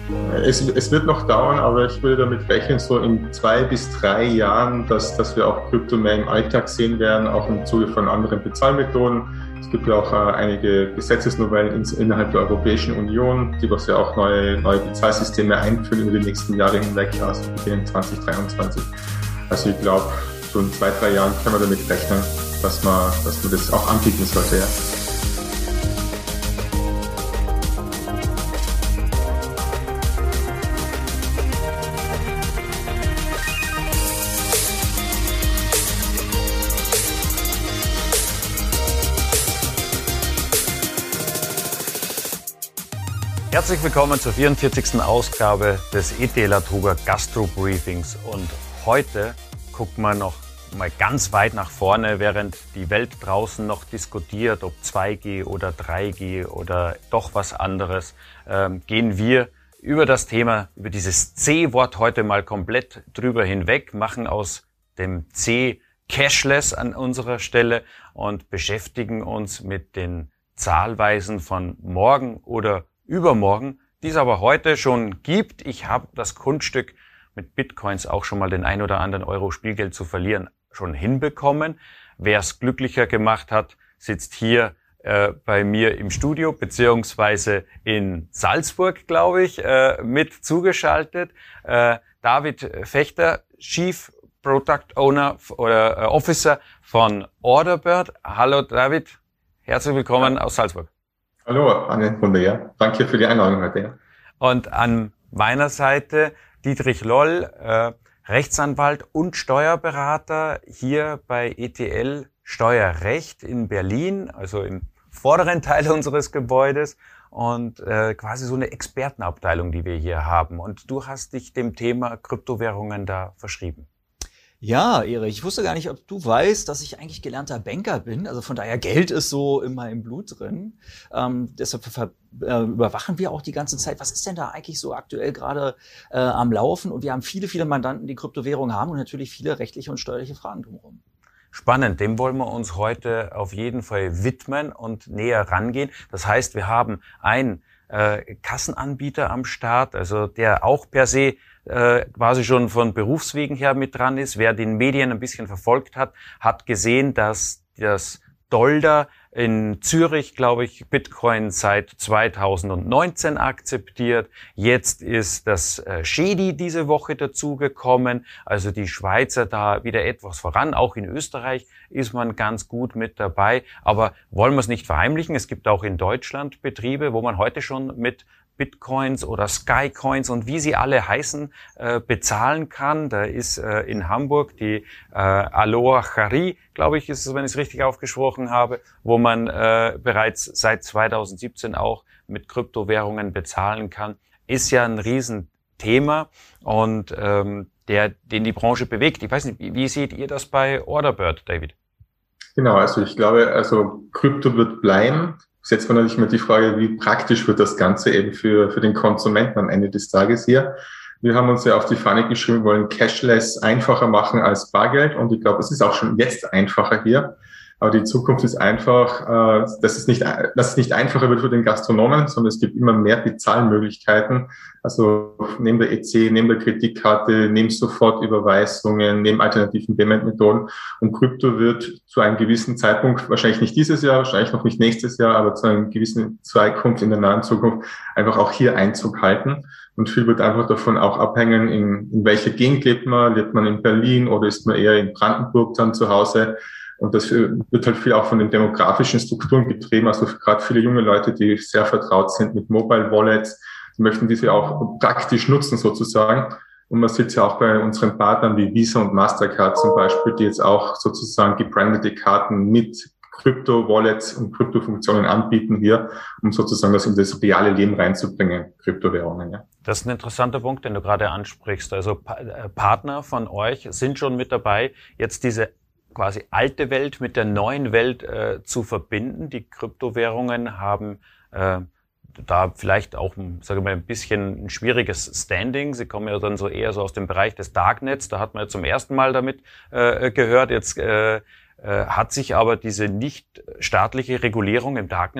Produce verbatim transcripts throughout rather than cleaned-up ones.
Es, es wird noch dauern, aber ich würde damit rechnen, so in zwei bis drei Jahren, dass, dass wir auch Krypto mehr im Alltag sehen werden, auch im Zuge von anderen Bezahlmethoden. Es gibt ja auch äh, einige Gesetzesnovellen in, innerhalb der Europäischen Union, die was ja auch neue, neue Bezahlsysteme einführen über die nächsten Jahre hinweg, also beginnend zwanzig dreiundzwanzig. Also ich glaube, so in zwei, drei Jahren können wir damit rechnen, dass man, dass man das auch anbieten sollte. Ja. Herzlich willkommen zur vierundvierzigsten Ausgabe des E T L Atoga Gastro Briefings. Und heute gucken wir noch mal ganz weit nach vorne, während die Welt draußen noch diskutiert, ob zwei G oder drei G oder doch was anderes, ähm, gehen wir über das Thema, über dieses C-Wort heute mal komplett drüber hinweg, machen aus dem C Cashless an unserer Stelle und beschäftigen uns mit den Zahlweisen von morgen oder übermorgen, die es aber heute schon gibt. Ich habe das Kunststück, mit Bitcoins auch schon mal den ein oder anderen Euro Spielgeld zu verlieren, schon hinbekommen. Wer es glücklicher gemacht hat, sitzt hier äh, bei mir im Studio, beziehungsweise in Salzburg, glaube ich, äh, mit zugeschaltet. Äh, David Fechter, Chief Product Owner oder äh, Officer von Orderbird. Hallo David, herzlich willkommen aus Salzburg. Hallo, Anne Runde, ja. Danke für die Einladung heute. Ja. Und an meiner Seite Dietrich Loll, äh, Rechtsanwalt und Steuerberater hier bei E T L Steuerrecht in Berlin, also im vorderen Teil unseres Gebäudes und äh, quasi so eine Expertenabteilung, die wir hier haben. Und du hast dich dem Thema Kryptowährungen da verschrieben. Ja, Erich, ich wusste gar nicht, ob du weißt, dass ich eigentlich gelernter Banker bin. Also von daher, Geld ist so in meinem Blut drin. Ähm, deshalb ver- äh, überwachen wir auch die ganze Zeit. Was ist denn da eigentlich so aktuell gerade äh, am Laufen? Und wir haben viele, viele Mandanten, die Kryptowährungen haben und natürlich viele rechtliche und steuerliche Fragen drumherum. Spannend, dem wollen wir uns heute auf jeden Fall widmen und näher rangehen. Das heißt, wir haben einen äh, Kassenanbieter am Start, also der auch per se äh, quasi schon von Berufswegen her mit dran ist. Wer den Medien ein bisschen verfolgt hat, hat gesehen, dass das Dolder in Zürich, glaube ich, Bitcoin seit zweitausendneunzehn akzeptiert. Jetzt ist das äh, Schedi diese Woche dazugekommen. Also die Schweizer da wieder etwas voran. Auch in Österreich ist man ganz gut mit dabei. Aber wollen wir es nicht verheimlichen? Es gibt auch in Deutschland Betriebe, wo man heute schon mit Bitcoins oder Skycoins und wie sie alle heißen, äh, bezahlen kann. Da ist äh, in Hamburg die äh, Aloha Chari, glaube ich, ist es, wenn ich es richtig aufgesprochen habe, wo man äh, bereits seit zweitausendsiebzehn auch mit Kryptowährungen bezahlen kann. Ist ja ein Riesenthema und ähm, der, den die Branche bewegt. Ich weiß nicht, wie, wie seht ihr das bei Orderbird, David? Genau, also ich glaube, also Krypto wird bleiben. Jetzt war natürlich mal die Frage, wie praktisch wird das Ganze eben für, für den Konsumenten am Ende des Tages hier. Wir haben uns ja auf die Fahne geschrieben, wir wollen Cashless einfacher machen als Bargeld. Und ich glaube, es ist auch schon jetzt einfacher hier. Aber die Zukunft ist einfach, äh, dass es nicht, dass es nicht einfacher wird für den Gastronomen, sondern es gibt immer mehr Bezahlmöglichkeiten. Also neben der E C, neben der Kreditkarte, neben Sofortüberweisungen, neben alternativen Payment-Methoden. Und Krypto wird zu einem gewissen Zeitpunkt, wahrscheinlich nicht dieses Jahr, wahrscheinlich noch nicht nächstes Jahr, aber zu einem gewissen Zeitpunkt in der nahen Zukunft einfach auch hier Einzug halten. Und viel wird einfach davon auch abhängen, in, in welcher Gegend lebt man. Lebt man in Berlin oder ist man eher in Brandenburg dann zu Hause? Und das wird halt viel auch von den demografischen Strukturen getrieben. Also gerade viele junge Leute, die sehr vertraut sind mit Mobile Wallets, die möchten diese auch praktisch nutzen sozusagen. Und man sieht ja auch bei unseren Partnern wie Visa und Mastercard zum Beispiel, die jetzt auch sozusagen gebrandete Karten mit Krypto-Wallets und Kryptofunktionen anbieten hier, um sozusagen das in das reale Leben reinzubringen, Kryptowährungen. Ja. Das ist ein interessanter Punkt, den du gerade ansprichst. Also pa- Partner von euch sind schon mit dabei, jetzt diese quasi alte Welt mit der neuen Welt äh, zu verbinden. Die Kryptowährungen haben äh, da vielleicht auch, sage ich mal, ein bisschen ein schwieriges Standing. Sie kommen ja dann so eher so aus dem Bereich des Darknets. Da hat man ja zum ersten Mal damit äh, gehört. Jetzt äh, äh, hat sich aber diese nicht staatliche Regulierung im Darknet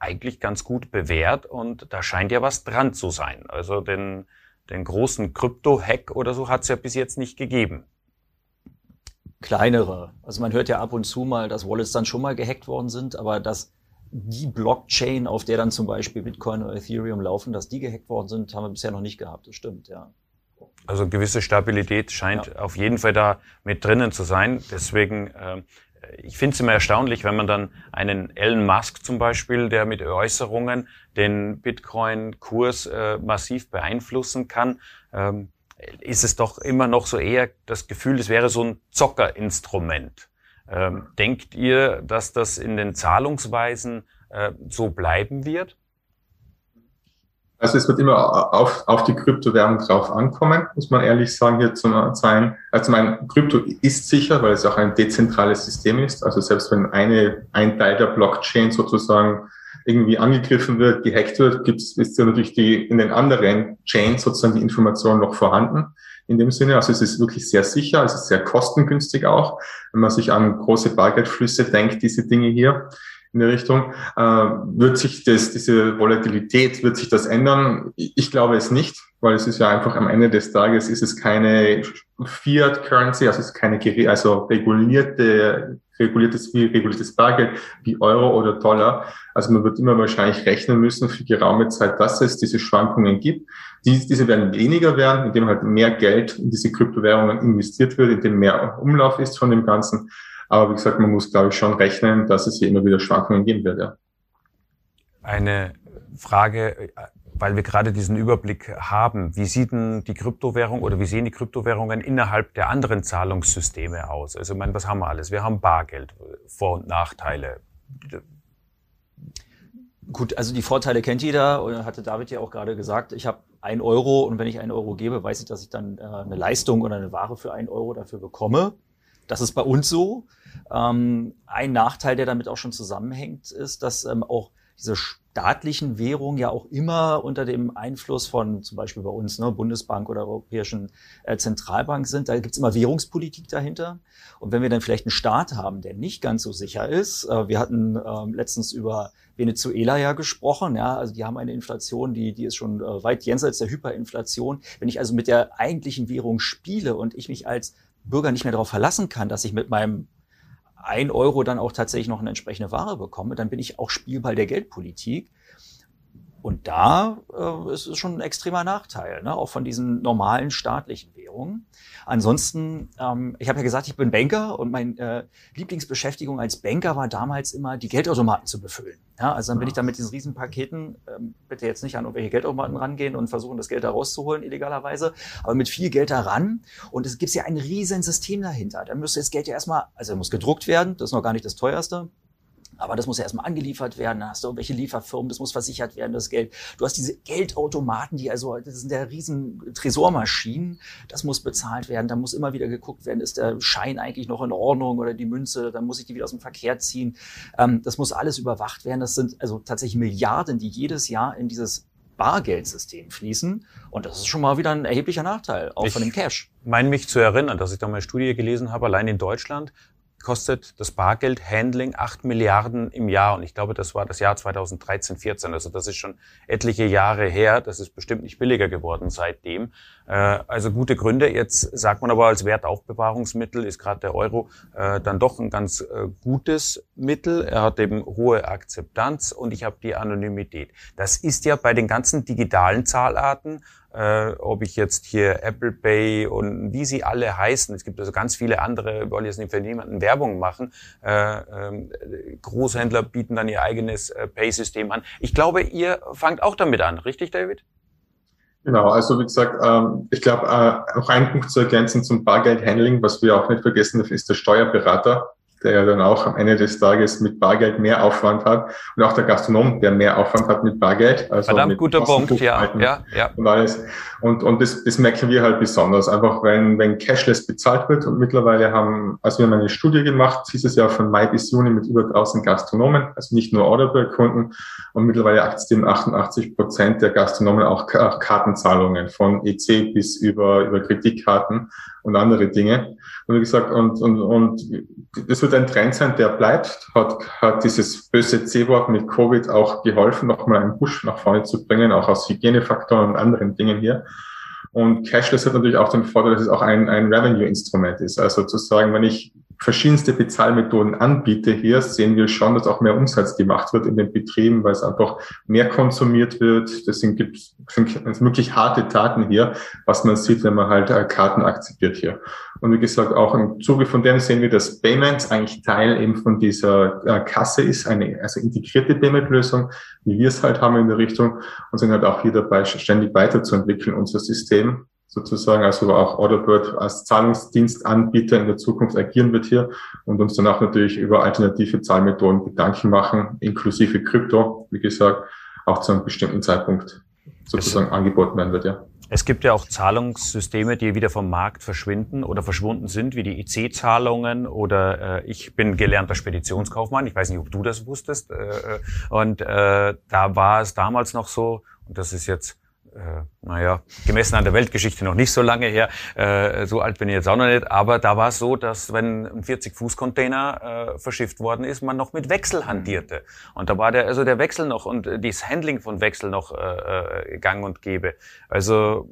eigentlich ganz gut bewährt und da scheint ja was dran zu sein. Also den, den großen Krypto-Hack oder so hat es ja bis jetzt nicht gegeben. Kleinere. Also man hört ja ab und zu mal, dass Wallets dann schon mal gehackt worden sind, aber dass die Blockchain, auf der dann zum Beispiel Bitcoin oder Ethereum laufen, dass die gehackt worden sind, haben wir bisher noch nicht gehabt. Das stimmt, ja. Also gewisse Stabilität scheint ja auf jeden Fall da mit drinnen zu sein. Deswegen, äh, ich finde es immer erstaunlich, wenn man dann einen Elon Musk zum Beispiel, der mit Äußerungen den Bitcoin-Kurs äh, massiv beeinflussen kann, ähm, ist es doch immer noch so eher das Gefühl, es wäre so ein Zockerinstrument. Ähm, denkt ihr, dass das in den Zahlungsweisen äh, so bleiben wird? Also es wird immer auf, auf die Kryptowährung drauf ankommen, muss man ehrlich sagen, hier zum sein. Also mein Krypto ist sicher, weil es auch ein dezentrales System ist. Also selbst wenn eine, ein Teil der Blockchain sozusagen irgendwie angegriffen wird, gehackt wird, gibt es, ist ja natürlich die, in den anderen Chains sozusagen die Information noch vorhanden. In dem Sinne, also es ist wirklich sehr sicher, es ist sehr kostengünstig auch, wenn man sich an große Bargeldflüsse denkt, diese Dinge hier in der Richtung, äh, wird sich das, diese Volatilität, wird sich das ändern? Ich glaube es nicht, weil es ist ja einfach am Ende des Tages ist es keine Fiat Currency, also es ist keine, also regulierte, reguliertes, wie reguliertes Bargeld wie Euro oder Dollar. Also man wird immer wahrscheinlich rechnen müssen für geraume Zeit, dass es diese Schwankungen gibt. Die, diese werden weniger werden, indem halt mehr Geld in diese Kryptowährungen investiert wird, indem mehr Umlauf ist von dem Ganzen. Aber wie gesagt, man muss, glaube ich, schon rechnen, dass es hier immer wieder Schwankungen geben wird. Ja. Eine Frage, weil wir gerade diesen Überblick haben. Wie sieht denn die Kryptowährung oder wie sehen die Kryptowährungen innerhalb der anderen Zahlungssysteme aus? Also ich meine, was haben wir alles? Wir haben Bargeld, Vor- und Nachteile. Gut, also die Vorteile kennt jeder, und hatte David ja auch gerade gesagt, ich habe ein Euro und wenn ich einen Euro gebe, weiß ich, dass ich dann äh, eine Leistung oder eine Ware für einen Euro dafür bekomme. Das ist bei uns so. Ähm, ein Nachteil, der damit auch schon zusammenhängt, ist, dass ähm, auch diese staatlichen Währungen ja auch immer unter dem Einfluss von zum Beispiel bei uns, ne, Bundesbank oder Europäischen äh, Zentralbank sind. Da gibt's immer Währungspolitik dahinter. Und wenn wir dann vielleicht einen Staat haben, der nicht ganz so sicher ist, äh, wir hatten äh, letztens über Venezuela ja gesprochen, ja, also die haben eine Inflation, die die ist schon äh, weit jenseits der Hyperinflation. Wenn ich also mit der eigentlichen Währung spiele und ich mich als Bürger nicht mehr darauf verlassen kann, dass ich mit meinem ein Euro dann auch tatsächlich noch eine entsprechende Ware bekomme, dann bin ich auch Spielball der Geldpolitik. Und da äh, ist es schon ein extremer Nachteil, ne? Auch von diesen normalen staatlichen Währungen. Ansonsten, ähm, ich habe ja gesagt, ich bin Banker und meine äh, Lieblingsbeschäftigung als Banker war damals immer, die Geldautomaten zu befüllen. Ja, also dann bin ich da mit diesen Riesenpaketen, ähm, bitte jetzt nicht an irgendwelche Geldautomaten rangehen und versuchen, das Geld da rauszuholen, illegalerweise, aber mit viel Geld da ran. Und es gibt ja ein riesen System dahinter. Da müsste das Geld ja erstmal, also muss gedruckt werden, das ist noch gar nicht das teuerste. Aber das muss ja erstmal angeliefert werden, dann hast du irgendwelche Lieferfirmen, das muss versichert werden, das Geld. Du hast diese Geldautomaten, die also, das sind ja riesen Tresormaschinen, das muss bezahlt werden, da muss immer wieder geguckt werden, ist der Schein eigentlich noch in Ordnung oder die Münze, dann muss ich die wieder aus dem Verkehr ziehen. Ähm, das muss alles überwacht werden, das sind also tatsächlich Milliarden, die jedes Jahr in dieses Bargeldsystem fließen. Und das ist schon mal wieder ein erheblicher Nachteil, auch ich von dem Cash. Ich meine mich zu erinnern, dass ich da mal eine Studie gelesen habe, allein in Deutschland kostet das Bargeldhandling acht Milliarden im Jahr. Und ich glaube, das war das Jahr zweitausenddreizehn, vierzehn. Also das ist schon etliche Jahre her. Das ist bestimmt nicht billiger geworden seitdem. Äh, also gute Gründe. Jetzt sagt man aber, als Wertaufbewahrungsmittel ist gerade der Euro äh, dann doch ein ganz äh, gutes Mittel. Er hat eben hohe Akzeptanz und ich habe die Anonymität. Das ist ja bei den ganzen digitalen Zahlarten, Äh, ob ich jetzt hier Apple Pay und wie sie alle heißen, es gibt also ganz viele andere, wir wollen jetzt nicht für niemanden Werbung machen, äh, äh, Großhändler bieten dann ihr eigenes äh, Pay-System an. Ich glaube, ihr fangt auch damit an, richtig, David? Genau, also wie gesagt, ähm, ich glaube, äh, noch einen Punkt zu ergänzen zum Bargeldhandling, was wir auch nicht vergessen dürfen, ist der Steuerberater, der ja dann auch am Ende des Tages mit Bargeld mehr Aufwand hat. Und auch der Gastronom, der mehr Aufwand hat mit Bargeld. Also Verdammt mit guter Punkt, ja, ja, ja. Und alles. Und, und das, das merken wir halt besonders. Einfach, wenn, wenn Cashless bezahlt wird. Und mittlerweile haben, also wir haben eine Studie gemacht, dieses Jahr von Mai bis Juni mit über tausend Gastronomen, also nicht nur Orderbeer-Kunden. Und mittlerweile akzeptieren achtundachtzig Prozent der Gastronomen auch Kartenzahlungen von E C bis über, über Kreditkarten und andere Dinge. Und wie gesagt, und, und, und, das wird wird ein Trend sein, der bleibt. Hat, hat dieses böse C-Wort mit Covid auch geholfen, nochmal einen Push nach vorne zu bringen, auch aus Hygienefaktoren und anderen Dingen hier. Und Cashless hat natürlich auch den Vorteil, dass es auch ein, ein Revenue-Instrument ist. Also zu sagen, wenn ich verschiedenste Bezahlmethoden anbiete hier, sehen wir schon, dass auch mehr Umsatz gemacht wird in den Betrieben, weil es einfach mehr konsumiert wird. Deswegen gibt es wirklich harte Daten hier, was man sieht, wenn man halt Karten akzeptiert hier. Und wie gesagt, auch im Zuge von dem sehen wir, dass Payments eigentlich Teil eben von dieser äh, Kasse ist, eine also integrierte Payment-Lösung, wie wir es halt haben in der Richtung, und sind halt auch hier dabei, ständig weiterzuentwickeln, unser System sozusagen, also auch Orderbird als Zahlungsdienstanbieter in der Zukunft agieren wird hier und uns danach natürlich über alternative Zahlmethoden Gedanken machen, inklusive Krypto, wie gesagt, auch zu einem bestimmten Zeitpunkt sozusagen es, angeboten werden wird, ja. Es gibt ja auch Zahlungssysteme, die wieder vom Markt verschwinden oder verschwunden sind, wie die I C-Zahlungen oder äh, ich bin gelernter Speditionskaufmann, ich weiß nicht, ob du das wusstest, äh, und äh, da war es damals noch so, und das ist jetzt Äh, naja, gemessen an der Weltgeschichte noch nicht so lange her, äh, so alt bin ich jetzt auch noch nicht, aber da war es so, dass wenn ein vierzig-Fuß-Container äh, verschifft worden ist, man noch mit Wechsel hantierte. Und da war der also der Wechsel noch und äh, das Handling von Wechsel noch äh, gang und gäbe. Also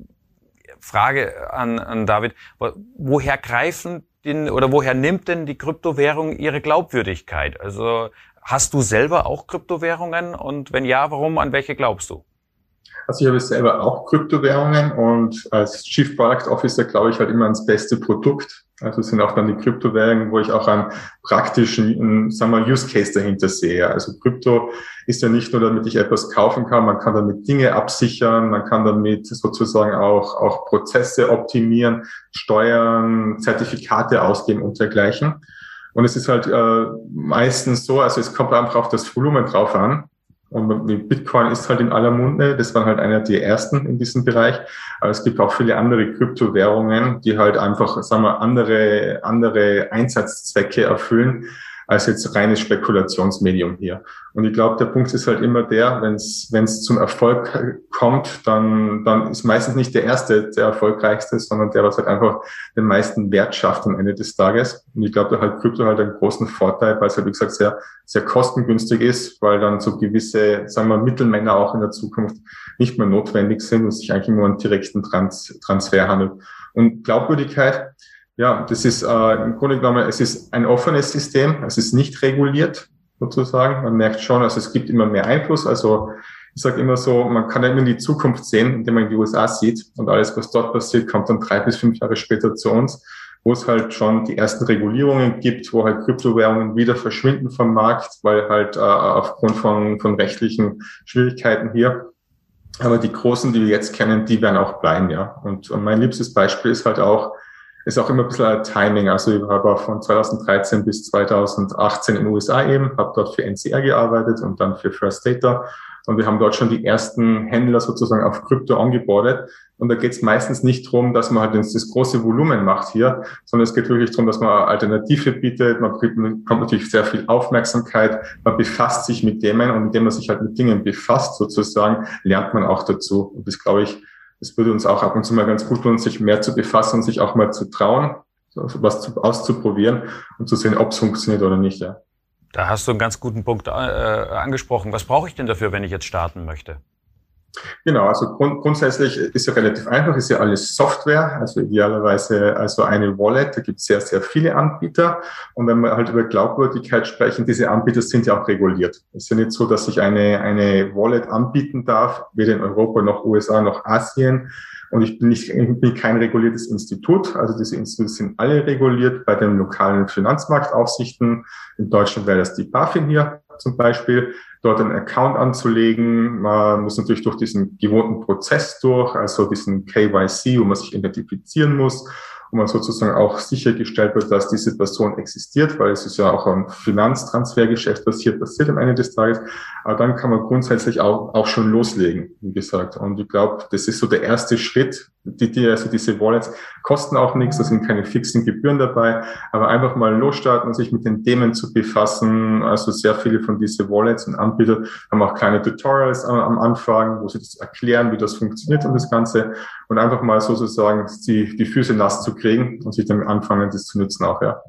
Frage an, an David, woher greifen den, oder woher nimmt denn die Kryptowährung ihre Glaubwürdigkeit? Also hast du selber auch Kryptowährungen und wenn ja, warum, an welche glaubst du? Also ich habe selber auch Kryptowährungen und als Chief Product Officer glaube ich halt immer ans beste Produkt. Also es sind auch dann die Kryptowährungen, wo ich auch einen praktischen, sagen wir, Use Case dahinter sehe. Also Krypto ist ja nicht nur, damit ich etwas kaufen kann, man kann damit Dinge absichern, man kann damit sozusagen auch, auch Prozesse optimieren, steuern, Zertifikate ausgeben und dergleichen. Und es ist halt äh, meistens so, also es kommt einfach auf das Volumen drauf an. Und Bitcoin ist halt in aller Munde. Das waren halt einer der ersten in diesem Bereich. Aber es gibt auch viele andere Kryptowährungen, die halt einfach, sagen wir, andere, andere Einsatzzwecke erfüllen als jetzt reines Spekulationsmedium hier. Und ich glaube, der Punkt ist halt immer der, wenn es wenn es zum Erfolg kommt, dann dann ist meistens nicht der Erste der erfolgreichste, sondern der, was halt einfach den meisten Wert schafft am Ende des Tages. Und ich glaube, da hat Krypto halt einen großen Vorteil, weil es halt, wie gesagt, sehr sehr kostengünstig ist, weil dann so gewisse, sagen wir, Mittelmänner auch in der Zukunft nicht mehr notwendig sind und sich eigentlich nur einen direkten Trans- Transfer handelt. Und Glaubwürdigkeit, ja, das ist äh, im Grunde genommen, es ist ein offenes System, es ist nicht reguliert sozusagen. Man merkt schon, also es gibt immer mehr Einfluss. Also ich sage immer so, man kann immer in die Zukunft sehen, indem man die U S A sieht und alles, was dort passiert, kommt dann drei bis fünf Jahre später zu uns, wo es halt schon die ersten Regulierungen gibt, wo halt Kryptowährungen wieder verschwinden vom Markt, weil halt äh, aufgrund von, von rechtlichen Schwierigkeiten hier. Aber die großen, die wir jetzt kennen, die werden auch bleiben, ja. Und, und mein liebstes Beispiel ist halt auch, ist auch immer ein bisschen ein Timing. Also ich habe von zweitausenddreizehn bis zweitausendachtzehn in den U S A eben, habe dort für N C R gearbeitet und dann für First Data. Und wir haben dort schon die ersten Händler sozusagen auf Krypto ongeboardet. Und da geht es meistens nicht darum, dass man halt das große Volumen macht hier, sondern es geht wirklich darum, dass man eine Alternative bietet. Man bekommt natürlich sehr viel Aufmerksamkeit. Man befasst sich mit Themen und indem man sich halt mit Dingen befasst sozusagen, lernt man auch dazu. Und das glaube ich, es würde uns auch ab und zu mal ganz gut tun, sich mehr zu befassen und sich auch mal zu trauen, was zu, auszuprobieren und zu sehen, ob es funktioniert oder nicht. Ja. Da hast du einen ganz guten Punkt äh, angesprochen. Was brauche ich denn dafür, wenn ich jetzt starten möchte? Genau, also grund, grundsätzlich ist ja relativ einfach, ist ja alles Software, also idealerweise also eine Wallet, da gibt es sehr, sehr viele Anbieter und wenn wir halt über Glaubwürdigkeit sprechen, diese Anbieter sind ja auch reguliert. Es ist ja nicht so, dass ich eine, eine Wallet anbieten darf, weder in Europa noch U S A noch Asien und ich bin, nicht, ich bin kein reguliertes Institut, also diese Institute sind alle reguliert bei den lokalen Finanzmarktaufsichten, in Deutschland wäre das die BaFin hier zum Beispiel, dort einen Account anzulegen. Man muss natürlich durch diesen gewohnten Prozess durch, also diesen K Y C, wo man sich identifizieren muss, wo man sozusagen auch sichergestellt wird, dass diese Person existiert, weil es ist ja auch ein Finanztransfergeschäft passiert, passiert am Ende des Tages. Aber dann kann man grundsätzlich auch, auch schon loslegen, wie gesagt. Und ich glaube, das ist so der erste Schritt. Die, die, also diese Wallets kosten auch nichts, da sind keine fixen Gebühren dabei, aber einfach mal losstarten und sich mit den Themen zu befassen. Also sehr viele von diesen Wallets und Anbieter haben auch kleine Tutorials am, am Anfang, wo sie das erklären, wie das funktioniert und das Ganze und einfach mal sozusagen die, die Füße nass zu kriegen und sich dann anfangen, das zu nutzen auch, ja.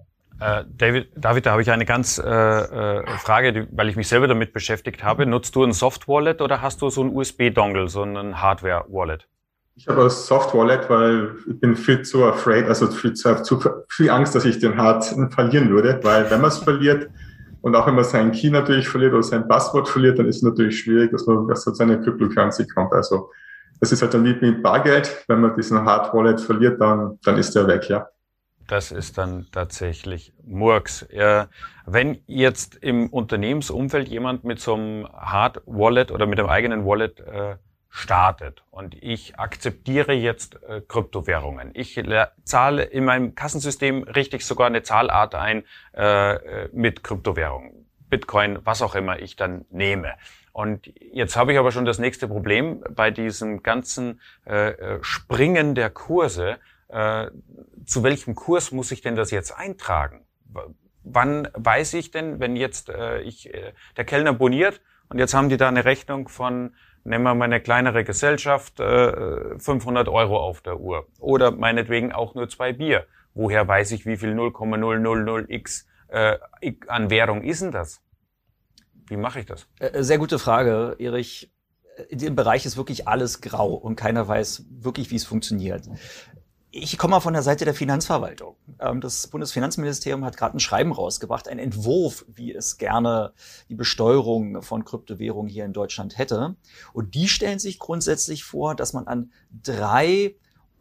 Äh, David, David, da habe ich eine ganz äh, äh, Frage, die, weil ich mich selber damit beschäftigt habe. Nutzt du ein Soft-Wallet oder hast du so ein U S B-Dongle, so ein Hardware-Wallet? Ich habe ein Soft-Wallet, weil ich bin viel zu afraid, also viel zu, zu viel Angst, dass ich den Hard verlieren würde, weil wenn man es verliert und auch wenn man seinen Key natürlich verliert oder sein Passwort verliert, dann ist es natürlich schwierig, dass man dass man seine Cryptocurrency kommt. Also das ist halt dann wie mit Bargeld, wenn man diesen Hard-Wallet verliert, dann, dann ist der weg, ja. Das ist dann tatsächlich Murks. Äh, wenn jetzt im Unternehmensumfeld jemand mit so einem Hard Wallet oder mit einem eigenen Wallet äh, startet und ich akzeptiere jetzt äh, Kryptowährungen. Ich zahle in meinem Kassensystem richtig sogar eine Zahlart ein äh, mit Kryptowährungen, Bitcoin, was auch immer ich dann nehme. Und jetzt habe ich aber schon das nächste Problem bei diesem ganzen äh, Springen der Kurse. Äh, zu welchem Kurs muss ich denn das jetzt eintragen? W- Wann weiß ich denn, wenn jetzt äh, ich äh, der Kellner boniert und jetzt haben die da eine Rechnung von, nehmen wir mal eine kleinere Gesellschaft, äh, fünfhundert Euro auf der Uhr oder meinetwegen auch nur zwei Bier. Woher weiß ich, wie viel null Komma null null null x äh, an Währung ist denn das? Wie mache ich das? Äh, Sehr gute Frage, Erich. In dem Bereich ist wirklich alles grau und keiner weiß wirklich, wie es funktioniert. Ich komme mal von der Seite der Finanzverwaltung. Das Bundesfinanzministerium hat gerade ein Schreiben rausgebracht, einen Entwurf, wie es gerne die Besteuerung von Kryptowährungen hier in Deutschland hätte. Und die stellen sich grundsätzlich vor, dass man an drei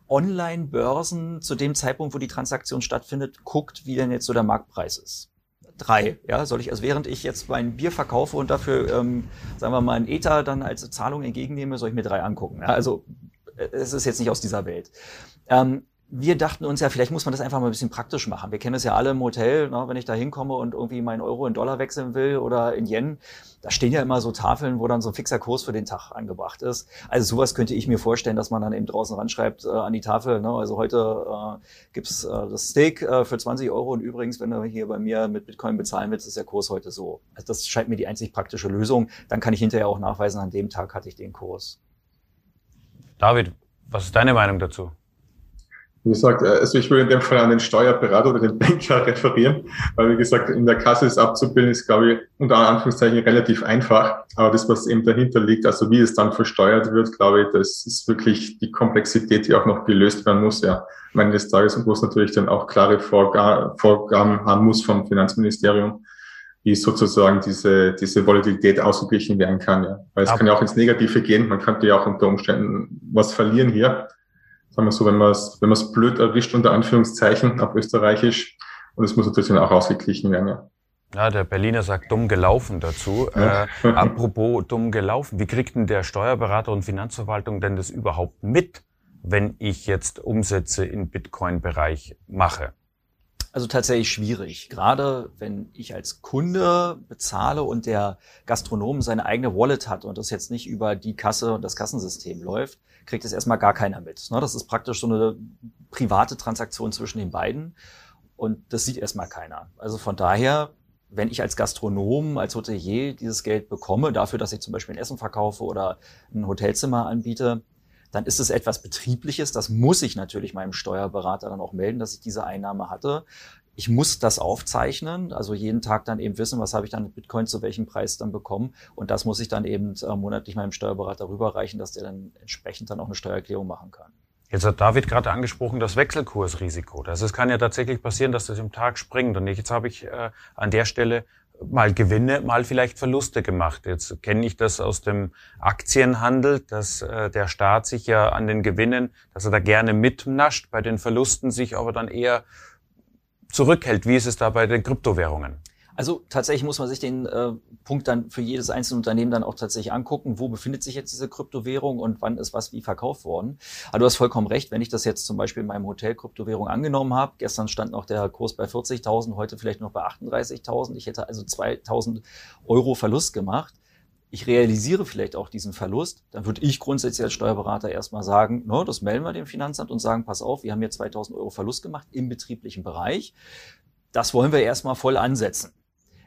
Online-Börsen zu dem Zeitpunkt, wo die Transaktion stattfindet, guckt, wie denn jetzt so der Marktpreis ist. Drei, ja, soll ich, also während ich jetzt mein Bier verkaufe und dafür, ähm, sagen wir mal, ein Ether dann als Zahlung entgegennehme, soll ich mir drei angucken. Ja, also es ist jetzt nicht aus dieser Welt. Ähm, wir dachten uns ja, vielleicht muss man das einfach mal ein bisschen praktisch machen. Wir kennen es ja alle im Hotel, ne, wenn ich da hinkomme und irgendwie meinen Euro in Dollar wechseln will oder in Yen, da stehen ja immer so Tafeln, wo dann so ein fixer Kurs für den Tag angebracht ist. Also sowas könnte ich mir vorstellen, dass man dann eben draußen ranschreibt äh, an die Tafel. Ne? Also heute äh, gibt's äh, das Steak äh, für zwanzig Euro und übrigens, wenn du hier bei mir mit Bitcoin bezahlen willst, ist der Kurs heute so. Also das scheint mir die einzig praktische Lösung. Dann kann ich hinterher auch nachweisen, an dem Tag hatte ich den Kurs. David, was ist deine Meinung dazu? Wie gesagt, also ich würde in dem Fall an den Steuerberater oder den Banker referieren, weil wie gesagt, in der Kasse es abzubilden ist, glaube ich, unter Anführungszeichen relativ einfach. Aber das, was eben dahinter liegt, also wie es dann versteuert wird, glaube ich, das ist wirklich die Komplexität, die auch noch gelöst werden muss, ja, am Ende des Tages und wo es natürlich dann auch klare Vorgaben haben muss vom Finanzministerium, wie sozusagen diese, diese Volatilität ausgeglichen werden kann, ja. Weil es Aber kann ja auch ins Negative gehen. Man könnte ja auch unter Umständen was verlieren hier. Sagen wir so, wenn man es, wenn man es blöd erwischt, unter Anführungszeichen, auf Österreichisch. Und es muss natürlich dann auch ausgeglichen werden, ja. Ja, der Berliner sagt dumm gelaufen dazu. Ja. Äh, apropos dumm gelaufen. Wie kriegt denn der Steuerberater und Finanzverwaltung denn das überhaupt mit, wenn ich jetzt Umsätze im Bitcoin-Bereich mache? Also tatsächlich schwierig. Gerade wenn ich als Kunde bezahle und der Gastronom seine eigene Wallet hat und das jetzt nicht über die Kasse und das Kassensystem läuft, kriegt es erstmal gar keiner mit. Das ist praktisch so eine private Transaktion zwischen den beiden und das sieht erstmal keiner. Also von daher, wenn ich als Gastronom, als Hotelier dieses Geld bekomme, dafür, dass ich zum Beispiel ein Essen verkaufe oder ein Hotelzimmer anbiete, dann ist es etwas Betriebliches. Das muss ich natürlich meinem Steuerberater dann auch melden, dass ich diese Einnahme hatte. Ich muss das aufzeichnen, also jeden Tag dann eben wissen, was habe ich dann mit Bitcoin zu welchem Preis dann bekommen. Und das muss ich dann eben äh, monatlich meinem Steuerberater rüberreichen, dass der dann entsprechend dann auch eine Steuererklärung machen kann. Jetzt hat David gerade angesprochen, das Wechselkursrisiko. Das es kann ja tatsächlich passieren, dass das im Tag springt. Und jetzt habe ich äh, an der Stelle mal Gewinne, mal vielleicht Verluste gemacht. Jetzt kenne ich das aus dem Aktienhandel, dass äh, der Staat sich ja an den Gewinnen, dass er da gerne mitnascht, bei den Verlusten sich aber dann eher zurückhält. Wie ist es da bei den Kryptowährungen? Also tatsächlich muss man sich den äh, Punkt dann für jedes einzelne Unternehmen dann auch tatsächlich angucken, wo befindet sich jetzt diese Kryptowährung und wann ist was wie verkauft worden. Aber du hast vollkommen recht, wenn ich das jetzt zum Beispiel in meinem Hotel Kryptowährung angenommen habe, gestern stand noch der Kurs bei vierzigtausend, heute vielleicht noch bei achtunddreißigtausend, ich hätte also zweitausend Euro Verlust gemacht. Ich realisiere vielleicht auch diesen Verlust, dann würde ich grundsätzlich als Steuerberater erstmal sagen, no, das melden wir dem Finanzamt und sagen, pass auf, wir haben hier zweitausend Euro Verlust gemacht im betrieblichen Bereich. Das wollen wir erstmal voll ansetzen.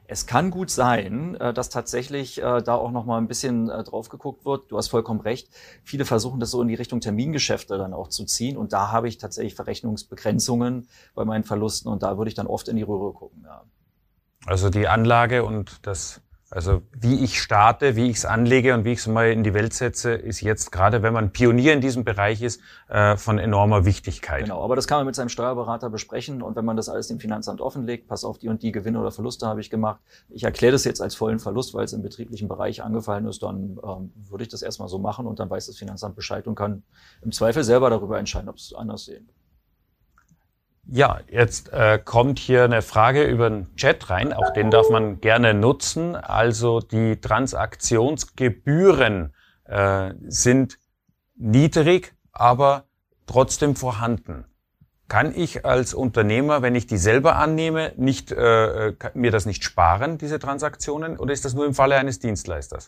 Es kann gut sein, dass tatsächlich da auch noch mal ein bisschen drauf geguckt wird. Du hast vollkommen recht. Viele versuchen das so in die Richtung Termingeschäfte dann auch zu ziehen. Und da habe ich tatsächlich Verrechnungsbegrenzungen bei meinen Verlusten. Und da würde ich dann oft in die Röhre gucken. Ja. Also die Anlage und das, also wie ich starte, wie ich es anlege und wie ich es mal in die Welt setze, ist jetzt gerade, wenn man Pionier in diesem Bereich ist, äh, von enormer Wichtigkeit. Genau, aber das kann man mit seinem Steuerberater besprechen und wenn man das alles dem Finanzamt offenlegt, pass auf, die und die Gewinne oder Verluste habe ich gemacht. Ich erkläre das jetzt als vollen Verlust, weil es im betrieblichen Bereich angefallen ist, dann ähm, würde ich das erstmal so machen und dann weiß das Finanzamt Bescheid und kann im Zweifel selber darüber entscheiden, ob es anders sehen. Ja, jetzt äh, kommt hier eine Frage über den Chat rein, auch den darf man gerne nutzen. Also die Transaktionsgebühren äh, sind niedrig, aber trotzdem vorhanden. Kann ich als Unternehmer, wenn ich die selber annehme, nicht äh, mir das nicht sparen, diese Transaktionen, oder ist das nur im Falle eines Dienstleisters?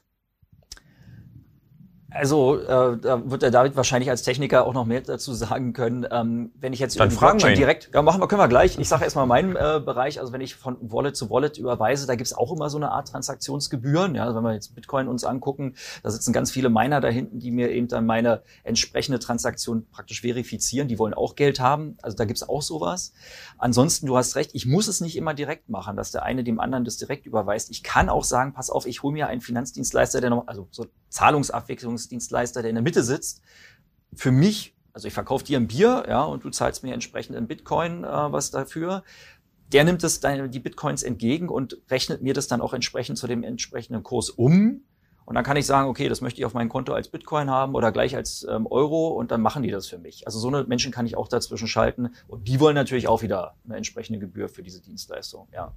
Also äh, da wird der David wahrscheinlich als Techniker auch noch mehr dazu sagen können. Ähm, wenn ich jetzt Dann über die fragen wir ihn. direkt, ja, machen wir, können wir gleich. Ich sage erstmal meinen äh, Bereich. Also wenn ich von Wallet zu Wallet überweise, da gibt's auch immer so eine Art Transaktionsgebühren. Ja, also wenn wir jetzt Bitcoin uns angucken, da sitzen ganz viele Miner da hinten, die mir eben dann meine entsprechende Transaktion praktisch verifizieren. Die wollen auch Geld haben. Also da gibt's auch sowas. Ansonsten, du hast recht, ich muss es nicht immer direkt machen, dass der eine dem anderen das direkt überweist. Ich kann auch sagen, pass auf, ich hole mir einen Finanzdienstleister, der noch, also so Zahlungsabwicklungsdienstleister, der in der Mitte sitzt. Für mich, also ich verkaufe dir ein Bier, ja, und du zahlst mir entsprechend in Bitcoin äh, was dafür. Der nimmt das deine, die Bitcoins entgegen und rechnet mir das dann auch entsprechend zu dem entsprechenden Kurs um. Und dann kann ich sagen, okay, das möchte ich auf mein Konto als Bitcoin haben oder gleich als ähm, Euro und dann machen die das für mich. Also so eine Menschen kann ich auch dazwischen schalten und die wollen natürlich auch wieder eine entsprechende Gebühr für diese Dienstleistung, ja.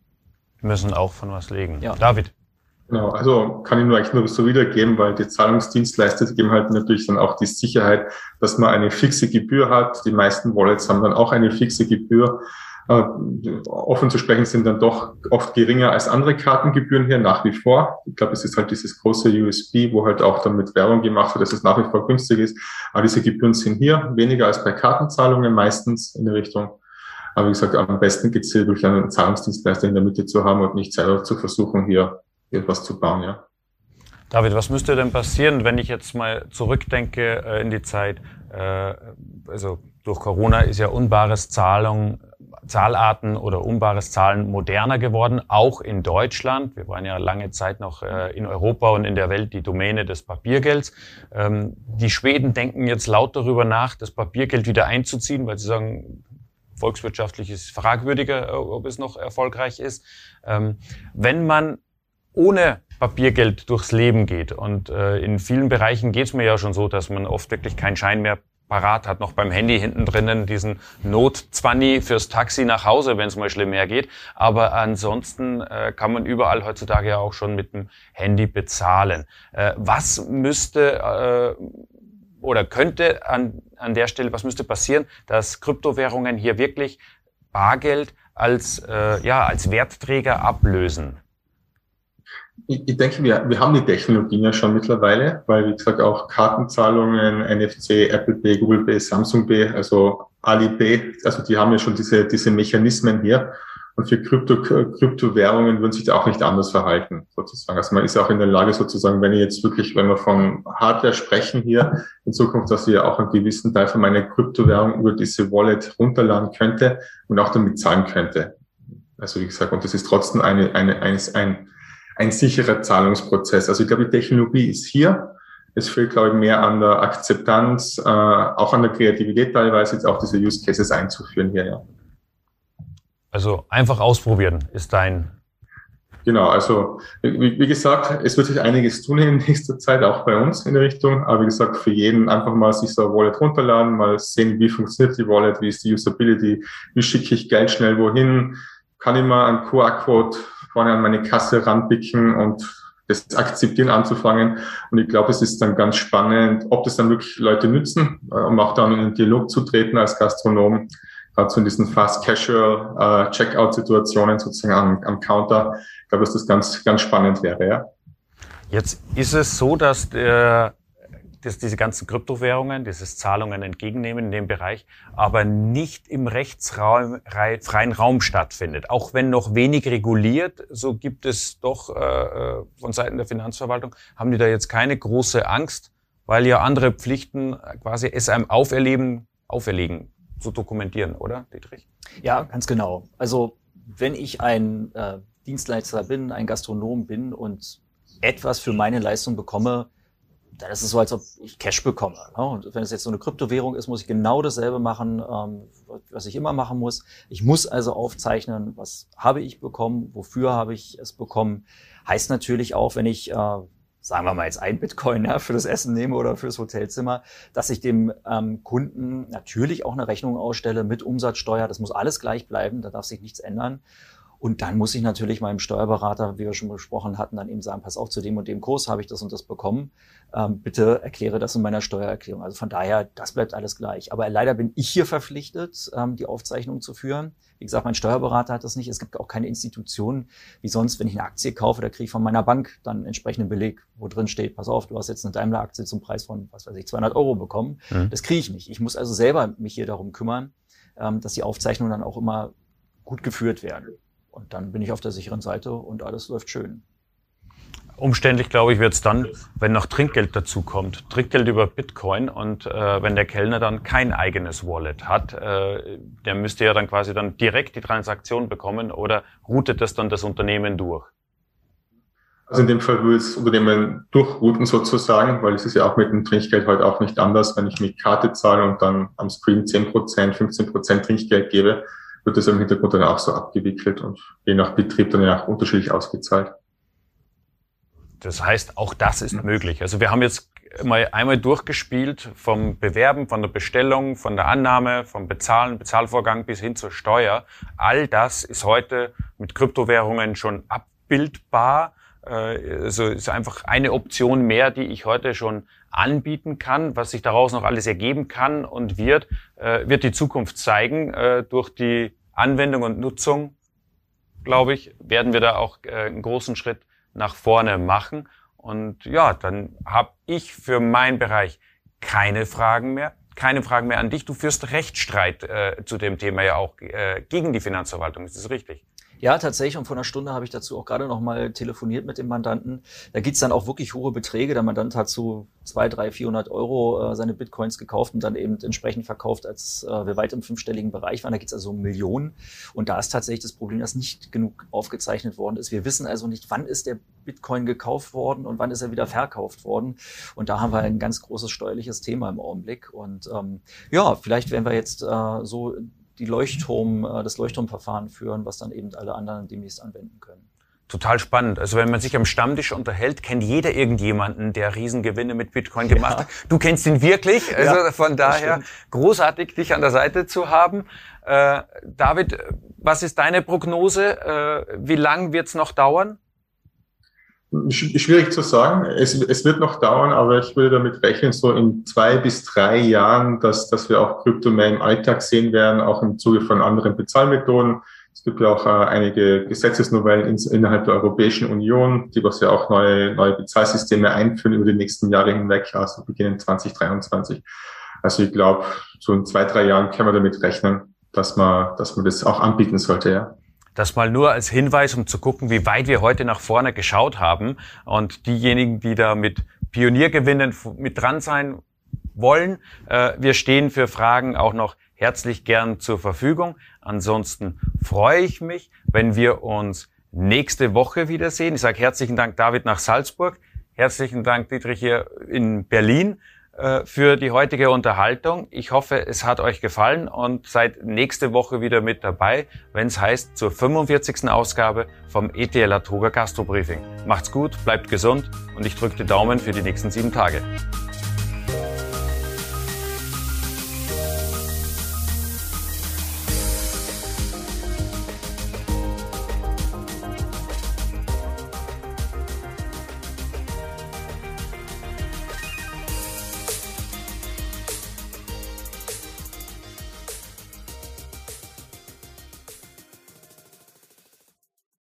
Müssen auch von was legen. Ja. David. Genau, also kann ich nur eigentlich nur so wiedergeben, weil die Zahlungsdienstleister geben halt natürlich dann auch die Sicherheit, dass man eine fixe Gebühr hat. Die meisten Wallets haben dann auch eine fixe Gebühr. Äh, offen zu sprechen sind dann doch oft geringer als andere Kartengebühren hier nach wie vor. Ich glaube, es ist halt dieses große U S P, wo halt auch dann mit Werbung gemacht wird, dass es nach wie vor günstig ist. Aber diese Gebühren sind hier weniger als bei Kartenzahlungen meistens in der Richtung. Aber wie gesagt, am besten geht's hier durch einen Zahlungsdienstleister in der Mitte zu haben und nicht selber zu versuchen, hier etwas zu bauen, ja. David, was müsste denn passieren, wenn ich jetzt mal zurückdenke äh, in die Zeit, äh, also durch Corona ist ja unbares Zahlung, Zahlarten oder unbares Zahlen moderner geworden, auch in Deutschland. Wir waren ja lange Zeit noch äh, in Europa und in der Welt die Domäne des Papiergelds. Ähm, die Schweden denken jetzt laut darüber nach, das Papiergeld wieder einzuziehen, weil sie sagen, volkswirtschaftlich ist fragwürdiger, ob es noch erfolgreich ist. Ähm, wenn man ohne Papiergeld durchs Leben geht. Und äh, in vielen Bereichen geht es mir ja schon so, dass man oft wirklich keinen Schein mehr parat hat, noch beim Handy hinten drinnen diesen Not-Zwanni fürs Taxi nach Hause, wenn es mal schlimm hergeht. Aber ansonsten äh, kann man überall heutzutage ja auch schon mit dem Handy bezahlen. Äh, was müsste äh, oder könnte an, an der Stelle, was müsste passieren, dass Kryptowährungen hier wirklich Bargeld als, äh, ja, als Wertträger ablösen? Ich, ich denke, wir, wir haben die Technologien ja schon mittlerweile, weil, wie gesagt, auch Kartenzahlungen, N F C, Apple Pay, Google Pay, Samsung Pay, also Alipay, also die haben ja schon diese, diese Mechanismen hier. Und für Krypto, Kryptowährungen würden sich da auch nicht anders verhalten, sozusagen. Also man ist ja auch in der Lage, sozusagen, wenn ich jetzt wirklich, wenn wir von Hardware sprechen hier in Zukunft, dass ich ja auch einen gewissen Teil von meiner Kryptowährung über diese Wallet runterladen könnte und auch damit zahlen könnte. Also wie gesagt, und das ist trotzdem eine, eine, eines, ein, ein sicherer Zahlungsprozess. Also ich glaube, die Technologie ist hier. Es fehlt, glaube ich, mehr an der Akzeptanz, äh, auch an der Kreativität teilweise, jetzt auch diese Use Cases einzuführen hier, ja. Also einfach ausprobieren ist dein... Genau, also wie, wie gesagt, es wird sich einiges tun in nächster Zeit, auch bei uns in der Richtung. Aber wie gesagt, für jeden einfach mal sich so eine Wallet runterladen, mal sehen, wie funktioniert die Wallet, wie ist die Usability, wie schicke ich Geld schnell wohin, kann ich mal einen Q R-Code vorne an meine Kasse ranpicken und das Akzeptieren anzufangen. Und ich glaube, es ist dann ganz spannend, ob das dann wirklich Leute nützen, um auch dann in den Dialog zu treten als Gastronom. Gerade so in diesen Fast-Casual äh, Checkout-Situationen sozusagen am, am Counter. Ich glaube, dass das ganz, ganz spannend wäre, ja. Jetzt ist es so, dass der das, diese ganzen Kryptowährungen, dieses Zahlungen entgegennehmen in dem Bereich, aber nicht im rechtsfreien Raum stattfindet. Auch wenn noch wenig reguliert, so gibt es doch äh, von Seiten der Finanzverwaltung, haben die da jetzt keine große Angst, weil ja andere Pflichten quasi es einem auferleben, auferlegen, zu dokumentieren, oder, Dietrich? Ja, ganz genau. Also wenn ich ein äh, Dienstleister bin, ein Gastronom bin und etwas für meine Leistung bekomme, dann ist es so, als ob ich Cash bekomme. Ne? Und wenn es jetzt so eine Kryptowährung ist, muss ich genau dasselbe machen, ähm, was ich immer machen muss. Ich muss also aufzeichnen, was habe ich bekommen, wofür habe ich es bekommen. Heißt natürlich auch, wenn ich, äh, sagen wir mal jetzt ein Bitcoin ja, für das Essen nehme oder fürs Hotelzimmer, dass ich dem ähm, Kunden natürlich auch eine Rechnung ausstelle mit Umsatzsteuer. Das muss alles gleich bleiben, da darf sich nichts ändern. Und dann muss ich natürlich meinem Steuerberater, wie wir schon besprochen hatten, dann eben sagen, pass auf, zu dem und dem Kurs habe ich das und das bekommen. Ähm, bitte erkläre das in meiner Steuererklärung. Also von daher, das bleibt alles gleich. Aber leider bin ich hier verpflichtet, ähm, die Aufzeichnung zu führen. Wie gesagt, mein Steuerberater hat das nicht. Es gibt auch keine Institution wie sonst, wenn ich eine Aktie kaufe, da kriege ich von meiner Bank dann einen entsprechenden Beleg, wo drin steht, pass auf, du hast jetzt eine Daimler-Aktie zum Preis von, was weiß ich, zweihundert Euro bekommen. Mhm. Das kriege ich nicht. Ich muss also selber mich hier darum kümmern, ähm, dass die Aufzeichnungen dann auch immer gut geführt werden. Und dann bin ich auf der sicheren Seite und alles läuft schön. Umständlich, glaube ich, wird es dann, wenn noch Trinkgeld dazu kommt. Trinkgeld über Bitcoin und äh, wenn der Kellner dann kein eigenes Wallet hat, äh, der müsste ja dann quasi dann direkt die Transaktion bekommen oder routet das dann das Unternehmen durch? Also in dem Fall würde das Unternehmen durchrouten sozusagen, weil es ist ja auch mit dem Trinkgeld halt auch nicht anders. Wenn ich mit Karte zahle und dann am Screen zehn Prozent, fünfzehn Prozent Trinkgeld gebe, wird das im Hintergrund dann auch so abgewickelt und je nach Betrieb dann ja auch unterschiedlich ausgezahlt. Das heißt, auch das ist mhm. möglich. Also wir haben jetzt mal einmal durchgespielt vom Bewerben, von der Bestellung, von der Annahme, vom Bezahlen, Bezahlvorgang bis hin zur Steuer. All das ist heute mit Kryptowährungen schon abbildbar. Also ist einfach eine Option mehr, die ich heute schon anbieten kann. Was sich daraus noch alles ergeben kann und wird, wird die Zukunft zeigen. Durch die Anwendung und Nutzung, glaube ich, werden wir da auch einen großen Schritt nach vorne machen. Und ja, dann habe ich für meinen Bereich keine Fragen mehr. Keine Fragen mehr an dich. Du führst Rechtsstreit äh, zu dem Thema ja auch äh, gegen die Finanzverwaltung. Ist das richtig? Ja, tatsächlich. Und vor einer Stunde habe ich dazu auch gerade noch mal telefoniert mit dem Mandanten. Da geht's dann auch wirklich hohe Beträge. Der Mandant hat zu zweihundert, dreihundert, vierhundert Euro äh, seine Bitcoins gekauft und dann eben entsprechend verkauft, als äh, wir weit im fünfstelligen Bereich waren. Da geht's also um Millionen. Und da ist tatsächlich das Problem, dass nicht genug aufgezeichnet worden ist. Wir wissen also nicht, wann ist der Bitcoin gekauft worden und wann ist er wieder verkauft worden. Und da haben wir ein ganz großes steuerliches Thema im Augenblick. Und ähm, ja, vielleicht werden wir jetzt äh, so die Leuchtturm, das Leuchtturmverfahren führen, was dann eben alle anderen demnächst anwenden können. Total spannend. Also wenn man sich am Stammtisch unterhält, kennt jeder irgendjemanden, der Riesengewinne mit Bitcoin gemacht ja. hat. Du kennst ihn wirklich. Also ja, von daher großartig, dich an der Seite zu haben. Äh, David, was ist deine Prognose? Äh, wie lang wird's noch dauern? Schwierig zu sagen. Es, es wird noch dauern, aber ich würde damit rechnen, so in zwei bis drei Jahren, dass, dass wir auch Krypto mehr im Alltag sehen werden, auch im Zuge von anderen Bezahlmethoden. Es gibt ja auch äh, einige Gesetzesnovellen in, innerhalb der Europäischen Union, die was ja auch neue, neue Bezahlsysteme einführen über die nächsten Jahre hinweg, also beginnen zwanzig dreiundzwanzig. Also ich glaube, so in zwei, drei Jahren können wir damit rechnen, dass man, dass man das auch anbieten sollte, ja. Das mal nur als Hinweis, um zu gucken, wie weit wir heute nach vorne geschaut haben. Und diejenigen, die da mit Pioniergewinnen mit dran sein wollen, äh, wir stehen für Fragen auch noch herzlich gern zur Verfügung. Ansonsten freue ich mich, wenn wir uns nächste Woche wiedersehen. Ich sage herzlichen Dank, David, nach Salzburg. Herzlichen Dank, Dietrich, hier in Berlin für die heutige Unterhaltung. Ich hoffe, es hat euch gefallen und seid nächste Woche wieder mit dabei, wenn es heißt zur fünfundvierzigsten Ausgabe vom E T L Atoga Gastro Briefing. Macht's gut, bleibt gesund und ich drücke die Daumen für die nächsten sieben Tage.